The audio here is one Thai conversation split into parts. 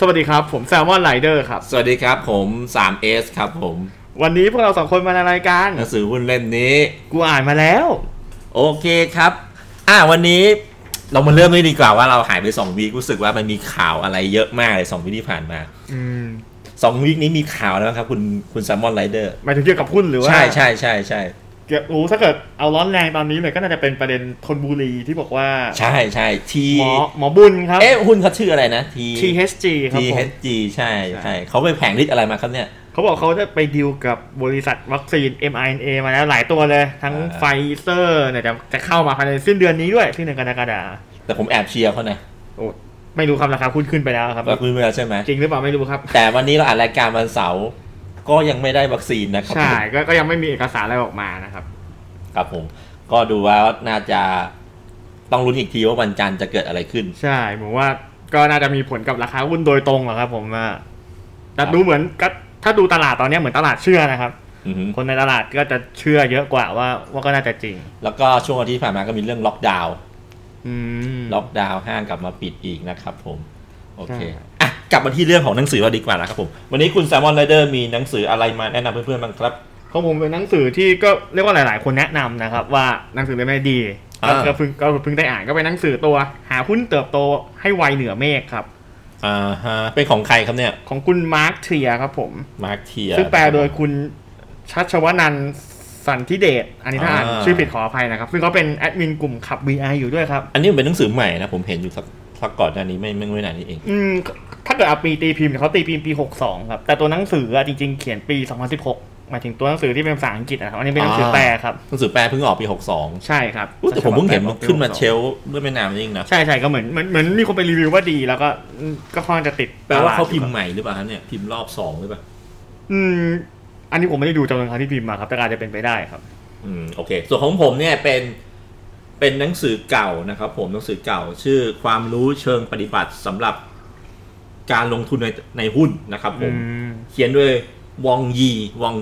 วัสดีครับผมแซลมอนไรเดอร์ครับสวัสดีครับผม 3S ครับผมวันนี้พวกเราสองคนมาในรายการหนังสือหุ้นเล่มนี้กูอ่านมาแล้วโอเคครับวันนี้เรามาเริ่มเลยดีกว่าว่าเราหายไป2 วีครู้สึกว่ามันมีข่าวอะไรเยอะมากเลย2 วีคที่ผ่านมา2 วีคนี้มีข่าวแล้วครับคุณแซลมอนไรเดอร์หมายถึงเกี่ยวกับหุ้นหรือว่าใช่เกี่ยวถ้าเกิดเอาร้อนแรงตอนนี้เลยก็น่าจะเป็นประเด็นธนบุรีที่บอกว่าใช่หมอบุญครับหุ้นเขาชื่ออะไรนะ THG ครับผม THG ใช่เขาไปแผงฤทธิ์อะไรมาครับเนี่ยเขาบอกเขาจะไปดีลกับบริษัทวัคซีน mRNA มาแล้วหลายตัวเลยทั้งไฟเซอร์เนี่ยจะเข้ามาภายในสิ้นเดือนนี้ด้วยสิ้นเดือนกรกฎาคมแต่ผมแอบเชียร์เขานะโอ้ไม่รู้ครับราคาขึ้นไปแล้วครับขึ้นไปแล้วใช่ไหมจริงหรือเปล่าไม่รู้ครับแต่วันนี้เราอ่านรายการวันเสาร์ก็ยังไม่ได้วัคซีนนะครับใช่ก็ยังไม่มีเอกสารอะไรออกมานะครับครับผมก็ดูว่าน่าจะต้องลุ้นอีกทีว่าวันจันทร์จะเกิดอะไรขึ้นใช่ผมว่าก็น่าจะมีผลกับราคาหุ้นโดยตรงหรอครับผมว่าแต่ดูเหมือนก็ถ้าดูตลาดตอนนี้เหมือนตลาดเชื่อนะครับคนในตลาดก็จะเชื่อเยอะกว่าว่าก็น่าจะจริงแล้วก็ช่วงที่ผ่านมาก็มีเรื่องล็อกดาวน์ห้างกลับมาปิดอีกนะครับผมโอเคกลับมาที่เรื่องของหนังสือเราดีกว่านะครับผมวันนี้คุณแซมมอนไรเดอร์มีหนังสืออะไรมาแนะนำเพื่อนๆบ้างครับของผมเป็นหนังสือที่ก็เรียกว่าหลายๆคนแนะนำนะครับว่าหนังสือเล่มนี้ดีก็เพิ่งได้อ่านก็เป็นหนังสือตัวหาหุ้นเติบโตให้ไวเหนือเมฆครับเป็นของใครครับเนี่ยของคุณมาร์คเทียครับผมมาร์คเทียซึ่งแปลโดยคุณชัชวนันท์สันธิเดชอันนี้ถ้าอ่านชื่อผิดขออภัยนะครับซึ่งเขาเป็นแอดมินกลุ่มขับ VI อยู่ด้วยครับอันนี้เป็นหนังสือใหม่นะผมเห็นอยู่สักก่อนหน้านี้ไม่นานนี้เองถ้าเกิดเอาปีตีพิมพ์เขาตีพิมพ์ปี62ครับแต่ตัวหนังสือจริงๆเขียนปี2016หมายถึงตัวหนังสือที่เป็นภาษาอังกฤษนะครับอันนี้เป็นหนังสือแปลครับหนังสือแปลเพิ่งออกปี62 ใช่ครับแต่ผมเพิ่งเห็นมันขึ้นมาเชลฟ์เมื่อไม่นานนี้เองนะใช่ก็เหมือนมีคนไปรีวิวว่าดีแล้วก็ค่อนข้างจะติดแปลว่าเขาพิมพ์ใหม่หรือเปล่าเนี่ยพิมพ์รอบ2หรือเปล่าอันนี้ผมไม่ได้ดูจำนวนครั้งที่พิมพ์มาครับแต่อาจจะเป็นไปได้ครับโอเคส่วนของผมเนี่ยเป็นหนังสือเก่านะครับผมหนังสือเก่าชื่อความรู้เชิงปฏิบัติสำหรับการลงทุนในหุ้นนะครับผมเขียนด้วยวองยี่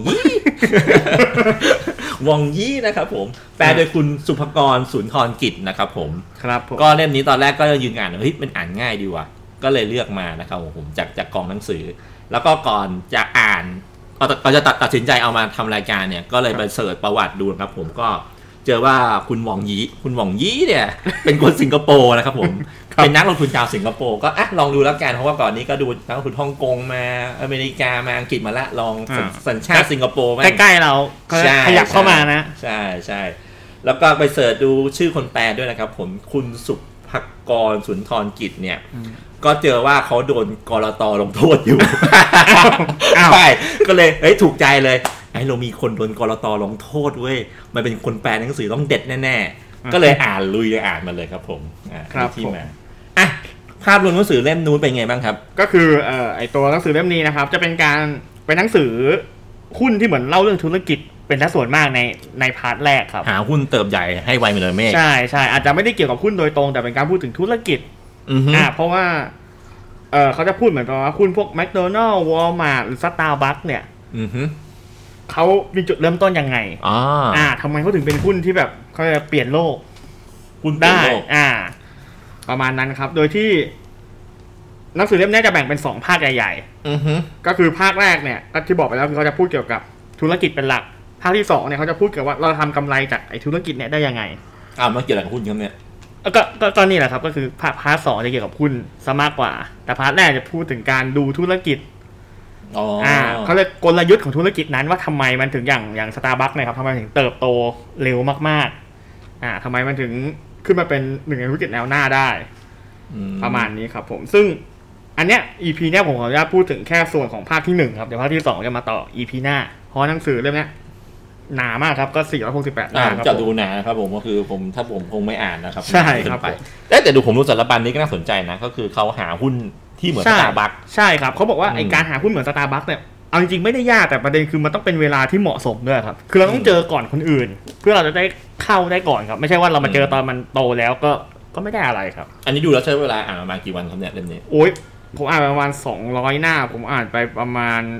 นะครับผมแปลโดยคุณสุภกรสุนทรกิจนะครับผมครับก็เล่มนี้ตอนแรกก็ยืนอ่านเฮ้ยมันอ่านง่ายดีว่ะก็เลยเลือกมานะครับผมจากกองหนังสือแล้วก็ก่อนจะอ่านก็จะตัดสินใจเอามาทำรายการเนี่ยก็เลยไปเสิร์ชประวัติดูครับผมก็เจอว่าคุณหว่องยี่เนี่ยเป็นคนสิงคโปร์นะครับผมเป็นนักลงทุนชาวสิงคโปร์ก็ลองดูแล้วกันเพราะว่าก่อนนี้ก็ดูนักลงทุนฮ่องกงมาอเมริกามาอังกฤษมาละลองสัญชาติสิงคโปร์ใกล้ๆเราขยับเข้ามานะใช่แล้วก็ไปเสิร์ชดูชื่อคนแปลด้วยนะครับผมคุณสุภกรสุนทรกิจเนี่ยก็เจอว่าเขาโดนกลต.ลงโทษอยู่ใช่ก็เลยถูกใจเลยเรามีคนโดนกลต.ลงโทษเว้ยมันเป็นคนแปลหนังสือต้องเด็ดแน่ๆก็เลยลุยอ่านมาเลยครับผมที่มาภาพรวมหนังสือเล่มนู้นเป็นไงบ้างครับก็คือไอตัวหนังสือเล่มนี้นะครับจะเป็นหนังสือหุ้นที่เหมือนเล่าเรื่องธุรกิจเป็นสัดส่วนมากในพาร์ทแรกครับหาหุ้นเติบใหญ่ให้ไวเหมือนเมฆใช่อาจจะไม่ได้เกี่ยวกับหุ้นโดยตรงแต่เป็นการพูดถึงธุรกิจเพราะว่าเขาจะพูดเหมือนกับว่าหุ้นพวก McDonald's Walmart หรือ Starbucks เนี่ยเขามีจุดเริ่มต้นยังไงทำไมเขาถึงเป็นหุ้นที่แบบเขาจะเปลี่ยนโลกหุ้นได้ประมาณนั้นครับโดยที่หนังสือเล่มนี้จะแบ่งเป็น2ภาคใหญ่ๆก็คือภาคแรกเนี่ยก็ที่บอกไปแล้วคือเขาจะพูดเกี่ยวกับธุรกิจเป็นหลักภาคที่2เนี่ยเขาจะพูดเกี่ยวกับว่าเราทำกำไรจากไอ้ธุรกิจเนี่ยได้ยังไงมันเกี่ยวกับหุ้นครับเนี่ยก็ตอนนี้แหละครับก็คือพาร์ท2จะเกี่ยวกับหุ้นซะมากกว่าแต่พาร์ทแรกจะพูดถึงการดูธุรกิจเขาเรียกกลยุทธ์ของธุรกิจนั้นว่าทำไมมันถึงอย่าง Starbucks นะครับทำไมถึงเติบโตเร็วมากๆทำไมมันถึงขึ้นมาเป็นหนึ่งในธุรกิจแนวหน้าได้ประมาณนี้ครับผมซึ่งอันเนี้ย EP เนี้ยผมขออนุญาตพูดถึงแค่ส่วนของภาคที่1ครับเดี๋ยวภาคที่2จะมาต่อ EP หน้าเพราะหนังสือเล่มนี้หนามากครับก็468หน้าครับจะดูหนาครับผมก็คือถ้าผมคงไม่อ่านนะครับใช่ครับแต่ดูผมรู้สารบัญนี้ก็น่าสนใจนะก็คือเขาหาหุ้นที่เหมือน Starbucks ใช่ครับเขาบอกว่าไอ้การหาหุ้นเหมือน Starbucks เนี่ยเอาจริงๆไม่ได้ยากแต่ประเด็นคือมันต้องเป็นเวลาที่เหมาะสมด้วยครับคือเราต้องเจอก่อนคนอื่นเพื่อเราจะได้เข้าได้ก่อนครับไม่ใช่ว่าเรามาเจอตอนมันโตแล้วก็ไม่ได้อะไรครับอันนี้ดูแล้วใช้เวลาอ่านประมาณกี่วันครับเนี่ยเล่มนี้โอ้ยผมอ่านประมาณ200หน้าผมอ่านไปประมาณ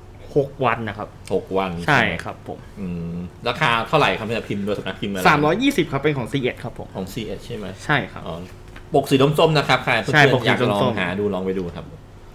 6วันนะครับ 6วันใช่ครับผมราคาเท่าไหร่ครับเนี่ยพิมพ์โดยสำนักพิมพ์อะไร 320ครับเป็นของ C1 ครับผมของ C1 ใช่ไหมใช่ครับปกสีส้มๆนะครับใครเพื่อนๆอยากลองหาดูลองไปดูครับ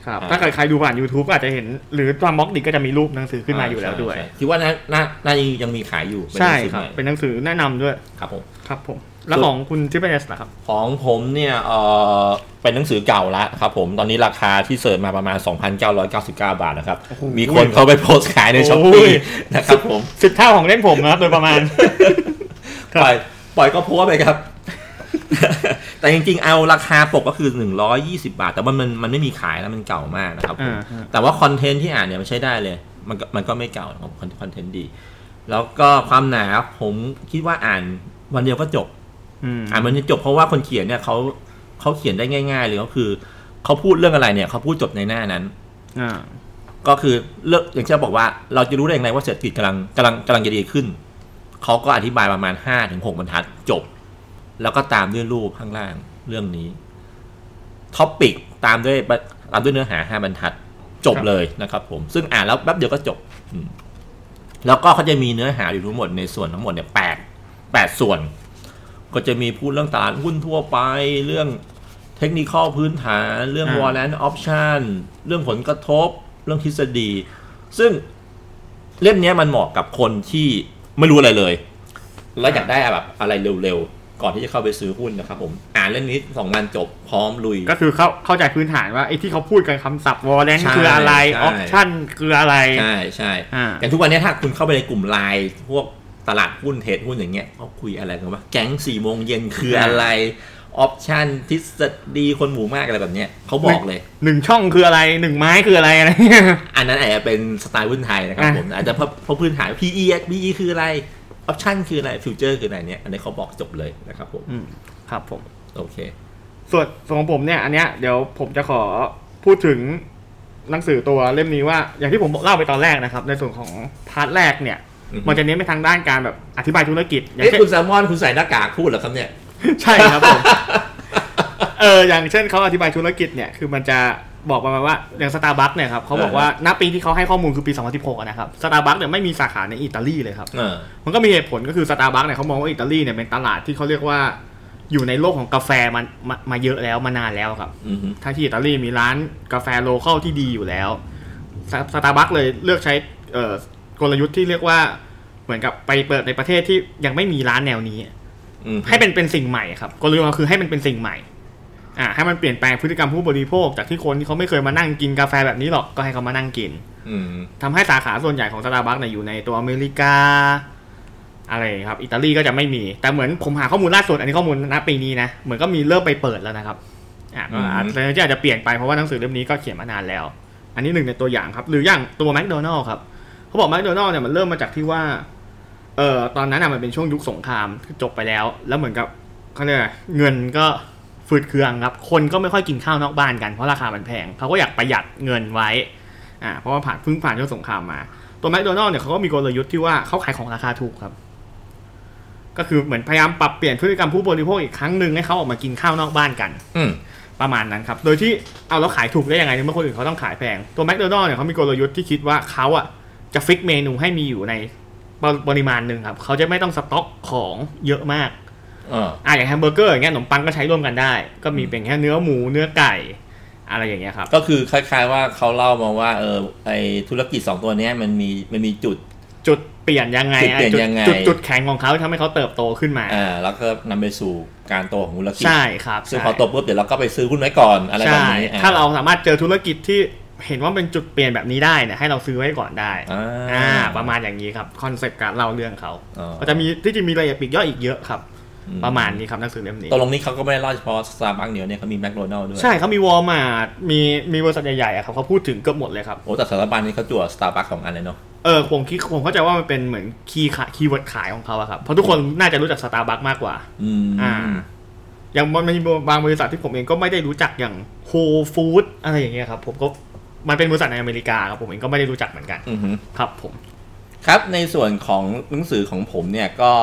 ครับถ้าใครดูผ่าน YouTube ก็อาจจะเห็นหรือตามม็อกดิก็จะมีรูปหนังสือขึ้นมาอยู่แล้วด้วยคิดว่าน่ายังมีขายอยู่ใช่ครับเป็นหนังสือแนะนำด้วยครับผมแล้วของคุณทิปเปอร์สล่ะครับของผมเนี่ยเป็นหนังสือเก่าแล้วครับผมตอนนี้ราคาที่เสิร์ชมาประมาณ 2,999 บาทนะครับมีคนเขาไปโพสต์ขายใน Shopee นะครับผม 10 เท่าของเล่มผมนะครับโดยประมาณปล่อยก็โพสต์ไปครับแต่จริงๆเอาราคาปกก็คือ120 บาทแต่ว่ามันไม่มีขายแล้วมันเก่ามากนะครับแต่ว่าคอนเทนต์ที่อ่านเนี่ยมันใช้ได้เลยมันก็ไม่เก่าครับคอนเทนต์ดีแล้วก็ความหนาผมคิดว่าอ่านวันเดียวก็จบมันจะจบเพราะว่าคนเขียนเนี่ยเขาเขียนได้ง่ายๆเลยก็คือเขาพูดเรื่องอะไรเนี่ยเขาพูดจบในหน้านั้นก็คือเรื่องอย่างเช่นบอกว่าเราจะรู้ได้อย่างไรว่าเศรษฐกิจกำลังจะดีขึ้นเขาก็อธิบายประมาณ 5-6 บรรทัดจบแล้วก็ตามด้วยรูปข้างล่างเรื่องนี้ท็อปปิกตามด้วยเนื้อหา5 บรรทัดจบเลยนะครับผมซึ่งอ่านแล้วแป๊บเดียวก็จบแล้วก็เขาจะมีเนื้อหาอยู่ทั้งหมดในส่วนทั้งหมดเนี่ย8ส่วนก็จะมีพูดเรื่องตลาดหุ้นทั่วไปเรื่องเทคนิคพื้นฐานเรื่อง warrant option เรื่องผลกระทบเรื่องทฤษฎีซึ่งเล่มนี้มันเหมาะกับคนที่ไม่รู้อะไรเลยแล้วอยากได้แบบอะไรเร็วๆก่อนที่จะเข้าไปซื้อหุ้นนะครับผมอ่านเล่มนี้2 วันจบพร้อมลุยก็คือเข้าใจพื้นฐานว่าไอ้ที่เขาพูดกันคำศัพท์ warrant คืออะไร option คืออะไรใช่แต่ทุกวันนี้ถ้าคุณเข้าไปในกลุ่ม LINE พวกตลาดหุ้นเทรดหุ้นอย่างเงี้ยเขาคุยอะไรกันวะแก๊ง 4 โมงเย็นคืออะไรออปชั่นทฤษฎีคนหมู่มากอะไรแบบเนี้ยเขาบอกเลย 1 ช่องคืออะไร1 ไม้คืออะไรอันนั้นอาจจะเป็นสไตล์หุ้นไทยนะครับผมอาจจะเพราะพื้นฐาน PE คืออะไรออปชั่นคืออะไรฟิวเจอร์คืออะไรเนี่ยอันนี้เขาบอกจบเลยนะครับผมครับผมโอเคส่วนของผมเนี่ยอันเนี้ยเดี๋ยวผมจะขอพูดถึงหนังสือตัวเล่มนี้ว่าอย่างที่ผมเล่าไปตอนแรกนะครับในส่วนของพาร์ทแรกเนี่ยมันจะเน้นไปทางด้านการแบบอธิบายธุรกิจอย่างเช่นคุณแซมมอนคุณใส่หน้ากากพูดเหรอครับเนี่ยใช่ครับผมอย่างเช่นเขาอธิบายธุรกิจเนี่ยคือมันจะบอกประมาณว่าอย่าง Starbucks เนี่ยครับเขาบอกว่าณปีที่เขาให้ข้อมูลคือปี2016นะครับ Starbucks เนี่ยไม่มีสาขาในอิตาลีเลยครับมันก็มีเหตุผลก็คือ Starbucks เนี่ยเขามองว่าอิตาลีเนี่ยเป็นตลาดที่เขาเรียกว่าอยู่ในโลกของกาแฟมาเยอะแล้วมานานแล้วครับถ้าที่อิตาลีมีร้านกาแฟโลคอลที่ดีอยู่แล้ว Starbucks เลยเลือกใช้กลยุทธ์ที่เรียกว่าเหมือนกับไปเปิดในประเทศที่ยังไม่มีร้านแนวนี้ให้เป็นสิ่งใหม่ครับกลยุทธ์คือให้มันเป็นสิ่งใหม่ให้มันเปลี่ยนแปลงพฤติกรรมผู้บริโภคจากที่คนที่เขาไม่เคยมานั่งกินกาแฟแบบนี้หรอกก็ให้เขามานั่งกินทำให้สาขาส่วนใหญ่ของ Starbucks เนี่ยอยู่ในตัวอเมริกาอะไรครับอิตาลีก็จะไม่มีแต่เหมือนผมหาข้อมูลล่าสุดอันนี้ข้อมูลณปีนี้นะเหมือนก็มีเริ่มไปเปิดแล้วนะครับอาจจะเปลี่ยนไปเพราะว่าหนังสือเล่มนี้ก็เขียนมานานแล้วอันนี้หนึ่งในตัวอย่างครับหรืออย่างตัวแมคโดนัลด์ครับเขาบอกแมคโดนัลด์เนี่ยมันเริ่มมาจากที่ว่าตอนนั้นมันเป็นช่วงยุคสงครามจบไปแล้วเหมือนกับเขาเรียกเงินก็ฝืดเคืองครับคนก็ไม่ค่อยกินข้าวนอกบ้านกันเพราะราคามันแพงเขาก็อยากประหยัดเงินไว้เพราะว่าเพิ่งผ่านช่วงสงครามมาตัวแมคโดนัลด์เนี่ยเขาก็มีกลยุทธ์ที่ว่าเขาขายของราคาถูกครับก็คือเหมือนพยายามปรับเปลี่ยนพฤติกรรมผู้บริโภคอีกครั้งนึงให้เขาออกมากินข้าวนอกบ้านกันประมาณนั้นครับโดยที่เอาแล้วขายถูกได้ยังไงเมื่อคนอื่นเขาต้องขายแพงตัวแมคโดนัลด์เนี่ยเขามีกลยุทธ์ที่คิดว่าเขาจะฟิกเมนูให้มีอยู่ในปริมาณนึงครับเขาจะไม่ต้องสต็อกของเยอะมากอย่างแฮมเบอร์เกอร์อย่างเงี้ยขนมปังก็ใช้ร่วมกันได้ก็มีเป็นแค่เนื้อหมูเนื้อไก่อะไรอย่างเงี้ยครับก็คือคล้ายๆว่าเขาเล่ามาว่าไอธุรกิจ2ตัวนี้มันมีจุดเปลี่ยนยังไงจุดแข็งของเขาทำให้เขาเติบโตขึ้นมาแล้วก็นำไปสู่การโตของธุรกิจใช่ครับซึ่งพอโตปุ๊บเดี๋ยวเราก็ไปซื้อหุ้นไว้ก่อนอะไรแบบนี้ถ้าเราสามารถเจอธุรกิจที่เห็นว่าเป็นจุดเปลี่ยนแบบนี้ได้เนี่ยให้เราซื้อไว้ก่อนได้ประมาณอย่างนี้ครับคอนเซ็ปต์การเล่าเรื่องเขาก็จะมีที่จะมีรายละเอียดปลีกย่อยอีกเยอะครับประมาณนี้ครับหนังสือเล่มนี้ตรงนี้เขาก็ไม่ได้เล่าเฉพาะ Starbucks เนี่ยเขามี McDonald's ด้วยใช่เขามี Walmart มีบริษัทใหญ่ๆครับเขาพูดถึงเกือบหมดเลยครับโอ้แต่ Starbucks นี่เขาจั่ว Starbucks 2 อันเลยเนาะผมเข้าใจว่ามันเป็นเหมือนคีย์เวิร์ดขายของเขาครับเพราะทุกคนน่าจะรู้จัก Starbucks มากกว่าอย่างมันมีบางบริษัทที่ผมเองก็ไม่ได้รู้จักอย่าง Whole Foods อะไรอย่างเงี้ยครับผมก็มันเป็นบริษัทในอเมริกาครับผมเองก็ไม่ได้รู้จักเหมือนกันครับผมครับในส่วนของหนังสือของผมเนี่ยก็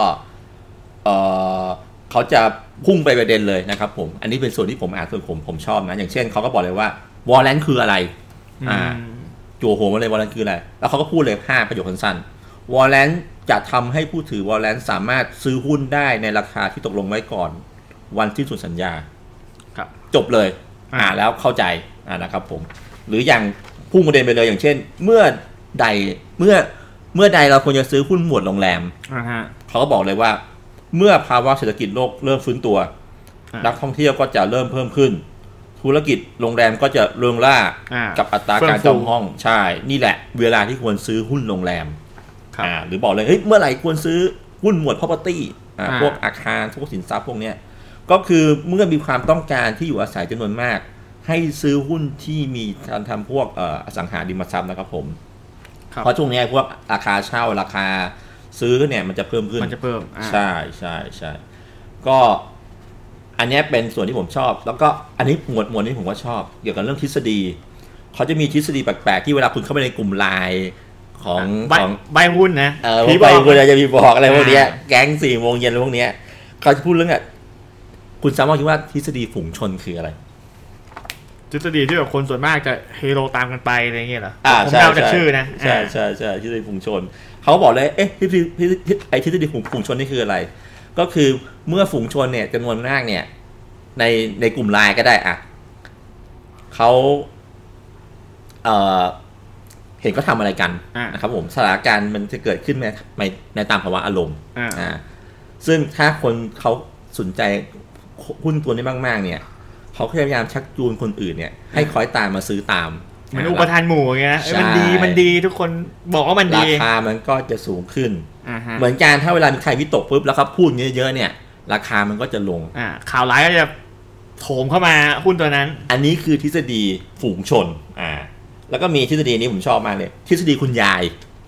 เขาจะพุ่งไปประเด็นเลยนะครับผมอันนี้เป็นส่วนที่ผมอ่านส่วนผมชอบนะอย่างเช่นเขาก็บอกเลยว่า warrant คืออะไรจั่วหัวมาเลย warrant คืออะไรแล้วเขาก็พูดเลย5 ประโยคสั้นๆ warrant จะทำให้ผู้ถือ warrant สามารถซื้อหุ้นได้ในราคาที่ตกลงไว้ก่อนวันที่สิ้นสุดสัญญาครับจบเลยแล้วเข้าใจนะครับผมหรืออย่างพุ่งประเด็นไปเลยอย่างเช่นเมื่อใดเราควรจะซื้อหุ้นหมวดโรงแรมเขาก็บอกเลยว่าเมื่อภาวะเศรษฐกิจโลกเริ่มฟื้นตัวนักท่องเที่ยวก็จะเริ่มเพิ่มขึ้นธุรกิจโรงแรมก็จะเริงร่ากับอัตราการจองห้องใช่นี่แหละเวลาที่ควรซื้อหุ้นโรงแรมหรือบอกเลยเฮ้ยเมื่อไหร่ควรซื้อหุ้นหมวด property พวกอาคารพวกสินทรัพย์พวกเนี้ยก็คือเมื่อมีความต้องการที่อยู่อาศัยจำนวนมากให้ซื้อหุ้นที่มีการทำพวกอสังหาริมทรัพย์นะครับผมเพราะช่วงนี้พวกราคาเช่าราคาซื้อเนี่ยมันจะเพิ่มขึ้นมันจะเพิ่มใช่ใช่ใช่ก็อันนี้เป็นส่วนที่ผมชอบแล้วก็อันนี้หมวดนี้ผมก็ชอบเกี่ยวกับเรื่องทฤษฎีเขาจะมีทฤษฎีแปลกๆที่เวลาคุณเข้าไปในกลุ่มไลน์ของใบหุ้นนะใบหุ้นจะมีบอกอะไรพวกนี้แก๊ง4 โมงเย็นอะไรพวกนี้เขาจะพูดเรื่องคุณสามารถคิดว่าทฤษฎีฝูงชนคืออะไรทฤษฎีที่แบบคนส่วนมากจะเฮโรตามกันไปอะไรเงี้ยเหรอผมเดาจากชื่อนะใช่ใช่ใช่ทฤษฎีฝูงชนเขาบอกเลยทฤษฎีฝูงชนนี่คืออะไรก็คือเมื่อฝูงชนเนี่ยจำนวนมากเนี่ยในกลุ่มไลน์ก็ได้เขาเห็นเขาทำอะไรกันนะครับผมสถานการณ์มันจะเกิดขึ้นในตามภาวะอารมณ์ซึ่งถ้าคนเขาสนใจหุ้นตัวนี้มากๆเนี่ยเขาพยายามชักจูงคนอื่นเนี่ยให้คอยตามมาซื้อตามเหมือนอุปทานหมู่อย่างเงี้ยมันดีทุกคนบอกว่ามันดีราคามันก็จะสูงขึ้นเหมือนกันถ้าเวลามีใครวิตกปุ๊บแล้วครับพูดเยอะๆเนี่ยราคามันก็จะลงข่าวร้ายก็จะโถมเข้ามาหุ้นตัวนั้นอันนี้คือทฤษฎีฝูงชนแล้วก็มีทฤษฎีนี้ผมชอบมากเลยทฤษฎีคุณยาย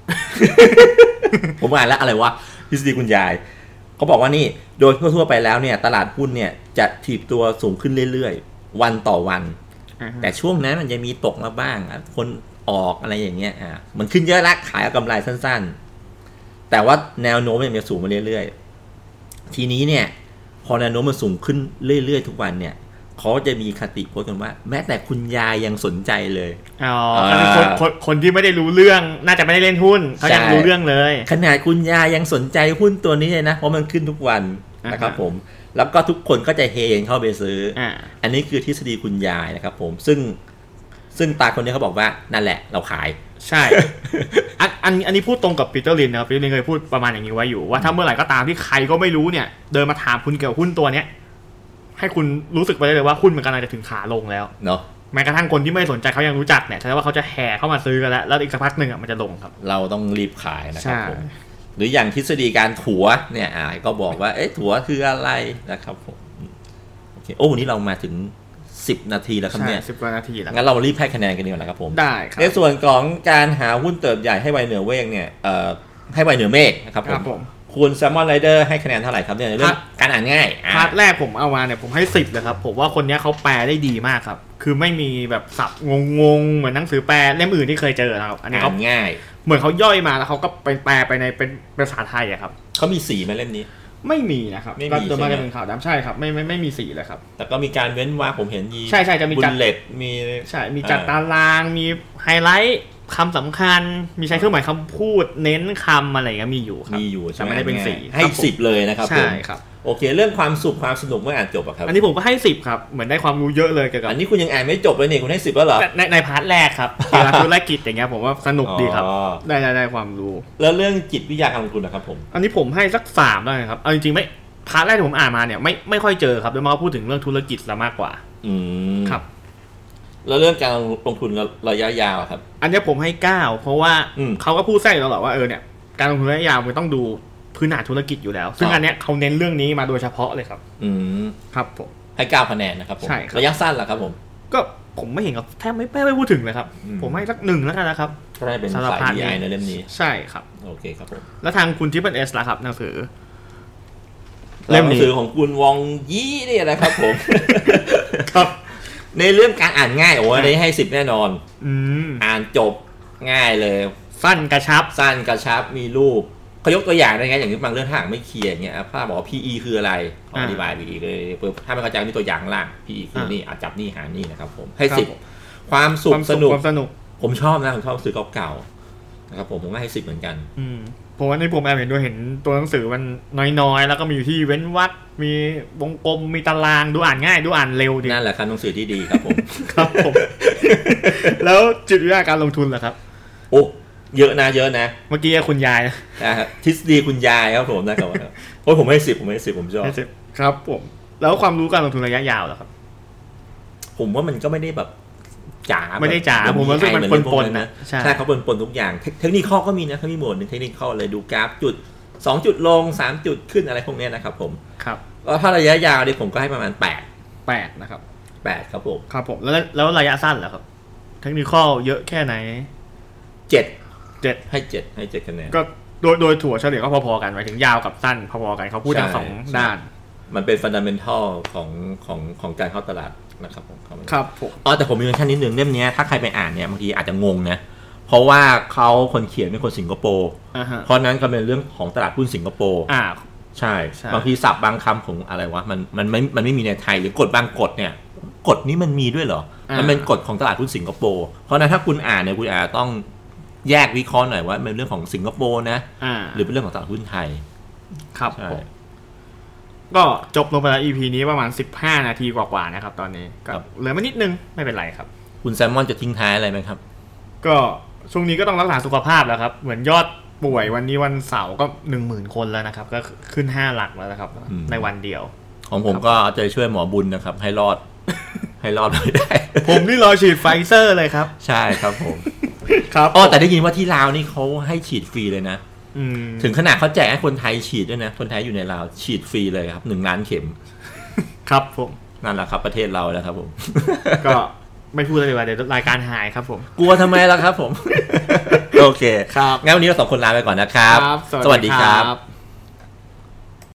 ผมอ่านแล้วอะไรวะทฤษฎีคุณยายเขาบอกว่านี่โดยทั่วๆไปแล้วเนี่ยตลาดหุ้นเนี่ยจะถีบตัวสูงขึ้นเรื่อยๆวันต่อวันแต่ช่วงนั้นมันจะมีตกมาบ้างคนออกอะไรอย่างเงี้ยมันขึ้นเยอะละขายเอากำไรสั้นๆแต่ว่าแนวโน้มมันจะสูงมาเรื่อยๆทีนี้เนี่ยพอแนวโน้มมันสูงขึ้นเรื่อยๆทุกวันเนี่ยเขาจะมีคติโพสต์กันว่าแม้แต่คุณยายยังสนใจเลยคนที่ไม่ได้รู้เรื่องน่าจะไม่ได้เล่นหุ้นเขายังรู้เรื่องเลยขนาดคุณยายยังสนใจหุ้นตัวนี้เลยนะเพราะมันขึ้นทุกวันนะครับผมแล้วก็ทุกคนก็จะเฮงเข้าไปซื้ออันนี้คือทฤษฎีคุณยายนะครับผมซึ่งตาคนนี้เขาบอกว่านั่นแหละเราขายใช่ อันนี้พูดตรงกับปีเตอร์ลินนะครับปีเตอร์ลินเคยพูดประมาณอย่างนี้ไว้อยู่ว่าถ้าเมื่อไหร่ก็ตามที่ใครก็ไม่รู้เนี่ยเดินมาถามคุณเกี่ยวกับหุ้นตัวเนี้ยให้คุณรู้สึกไปได้เลยว่าหุ้นมันกำลังจะถึงขาลงแล้วเนาะแม้กระทั่งคนที่ไม่สนใจเขายังรู้จักเนี่ยแสดงว่าเขาจะแห่เข้ามาซื้อกันแล้วอีกสักพักหนึ่งมันจะลงครับเราต้องรีบขายนะครับผมหรืออย่างทฤษฎีการถัวเนี่ยก็บอกว่าถัวคืออะไรนะครับผมโอเควันนี้เรามาถึง10 นาทีแล้วครับเนี่ย 10 กว่านาทีแล้วงั้นเรารีบให้คะแนนกันดีกว่านะครับผมได้ครับในส่วนของการหาหุ้นเติบใหญ่ให้ไวเหนือเมฆเนี่ยให้ไวเหนือเมฆนะครับผมคุณแซมมอนไรเดอร์ให้คะแนนเท่าไหร่ครับเนี่ยเรื่องการอ่านง่ายพาร์ทแรกผมเอามาเนี่ยผมให้10เลยครับผมว่าคนนี้เขาแปลได้ดีมากครับคือไม่มีแบบสับงงเหมือนหนังสือแปลเล่มอื่นที่เคยเจอครับอันนี้เขาง่ายเหมือนเขาย่อยมาแล้วเขาก็เป็นแปลไปในเป็นภาษาไทยอะครับเขามีสีไหมเล่มนี้ไม่มีนะครับก็จะมาเป็นข่าวดำใช่ครับไม่มีสีเลยครับแต่ก็มีการเว้นวรรคผมเห็นใช่จะมีจัดเลตมีใช่มีจัดตารางมีไฮไลท์คำสำคัญมีใช้เครื่องหมายคำพูดเน้นคำอะไรก็มีอยู่ครับมีอยู่แต่ไม่ได้เป็นสีให้10เลยนะครับใช่ครับโอเคเรื่องความสนุกเมื่ออ่านจบอะครับอันนี้ผมก็ให้10ครับเหมือนได้ความรู้เยอะเลยเกี่ยวกับอันนี้คุณยังอ่านไม่จบเลยนี่คุณให้10แล้วเหรอในพาร์ทแรกครับเกี่ยวกับธุรกิจอย่างเงี้ยผมว่าสนุกดีครับได้ความรู้แล้วเรื่องจิตวิทยาการลงทุนนะครับผมอันนี้ผมให้สัก3ได้ครับเอาจริงๆไม่พาร์ทแรกที่ผมอ่านมาเนี่ยไม่ค่อยเจอครับโดยมากพูดถึงเรื่องธุรกิจซะมากกว่าครับแล้วเรื่องการลงทุนระยะยาวครับอันนี้ผมให้9เพราะว่าเขาก็พูดแทรกตลอดว่าเนี่ยการลงทุนระยะยาวมันต้องดูพื้นฐานธุรกิจอยู่แล้วซึ่งอันเนี้ยเขาเน้นเรื่องนี้มาโดยเฉพาะเลยครับครับผมให้9 คะแนนนะครับผมระยะสั้นล่ะครับผมก็ผมไม่เห็นกับแทบไม่พูดถึงเลยครับผมให้สัก1แล้วกันนะครับก็ได้เป็นสาย DI ในเล่มนี้ใช่ครับโอเคครับผมแล้วทางคุณTriple Sล่ะครับหนังสือเล่มหนังสือของคุณวองยี่นี่นะครับผมครับในเรื่องการอ่านง่ายอันนี้ให้10แน่นอนอ่านจบง่ายเลยสั้นกระชับมีรูปเขายกตัวอย่างได้ไงอย่างนี้บางเรื่องถ้าไม่เคลียร์อย่างเงี้ยภาพบอกว่า PE คืออะไรอธิบาย PE เลยถ้าไม่เข้าใจมีตัวอย่างล่าง PE คือนี่จับนี่หานี่นะครับผมให้10ความสุขสนุกผมชอบนะผมชอบซื้อเก่าๆนะครับผมก็ให้10เหมือนกันผมว่าในผมแอบเห็นด้วยเห็นตัวหนังสือมันน้อยๆแล้วก็มีอยู่ที่เว้นวรรคมีวงกลมมีตารางดูอ่านง่ายดูอ่านเร็วดีนั่นแหละครับหนังสือที่ดีครับผมครับผมแล้วจิตวิทยาการลงทุนเหรอครับโอ้เยอะนะเมื่อกี้คุณยายนะครับทฤษฎีคุณยายครับผมนะครับโอ้ผมให้10ผมชอบครับผมแล้วความรู้การลงทุนระยะยาวเหรอครับผมว่ามันก็ไม่ได้แบบจ๋าไม่ได้จ๋าผมว่ามันปนๆนะใช่เขาปนทุกอย่างเทคนิคข้อก็มีนะเขามีโหมดนึงเทคนิคข้อเลยดูกราฟจุด2จุดลง3จุดขึ้นอะไรพวกนี้นะครับผมครับก็ถ้าระยะยาวเนี่ยผมก็ให้ประมาณ8 นะครับ 8ครับผมครับผมแล้วระยะสั้นเหรอครับเทคนิคข้อเยอะแค่ไหน7 ให้7คะแนนก็โดยถั่วเฉลี่ยก็พอๆกันหมายถึงยาวกับสั้นพอๆกันเขาพูดทั้ง2ด้านมันเป็นฟันดาเมนทัลของการเข้าตลาดนะครับผมครับผมแต่ผมมีเงินแค่นิดนึงเล่มนี้ถ้าใครไปอ่านเนี่ยบางทีอาจจะงงนะเพราะว่าเขาคนเขียนเป็นคนสิงคโปร์เพราะนั้นก็เป็นเรื่องของตลาดหุ้นสิงคโปร์ใช่บางทีศัพท์บางคำของอะไรวะมันไม่มีในไทยหรือกฎบางกฎเนี่ยกฎนี้มันมีด้วยเหรอมันเป็นกฎของตลาดหุ้นสิงคโปร์เพราะนั้นถ้าคุณอ่านเนี่ยคุณอาจจะต้องแยกวิเคราะห์หน่อยว่าเป็นเรื่องของสิงคโปร์นะหรือเป็นเรื่องของตลาดหุ้นไทยครับก็จบลงไปแล้ว EP นี้ประมาณ15นาทีกว่าๆนะครับตอนนี้ก็เหลือมานิดนึงไม่เป็นไรครับคุณแซมมอนจะทิ้งท้ายอะไรไหมครับก็ช่วงนี้ก็ต้องรักษาสุขภาพแล้วครับเหมือนยอดป่วยวันนี้วันเสาร์ก็ 10,000 คนแล้วนะครับก็ขึ้น5หลักแล้วนะครับในวันเดียวของผมก็เอาใจช่วยหมอบุญนะครับให้รอดไปได้ผมนี่รอฉีดไฟเซอร์เลยครับใช่ครับผมครับแต่ได้ยินว่าที่ลาวนี่เขาให้ฉีดฟรีเลยนะถึงขนาดเขาแจกให้คนไทยฉีดด้วยนะคนไทยอยู่ในลาวฉีดฟรีเลยครับ1 ล้านเข็มครับผมนั่นแหละครับประเทศเราแล้วครับผมก็ไม่พูดเลยว่าเดี๋ยวรายการหายครับผมกลัวทำไมล่ะครับผมโอเคครับงั้นวันนี้เรา2 คนลาไปก่อนนะครับสวัสดีครับ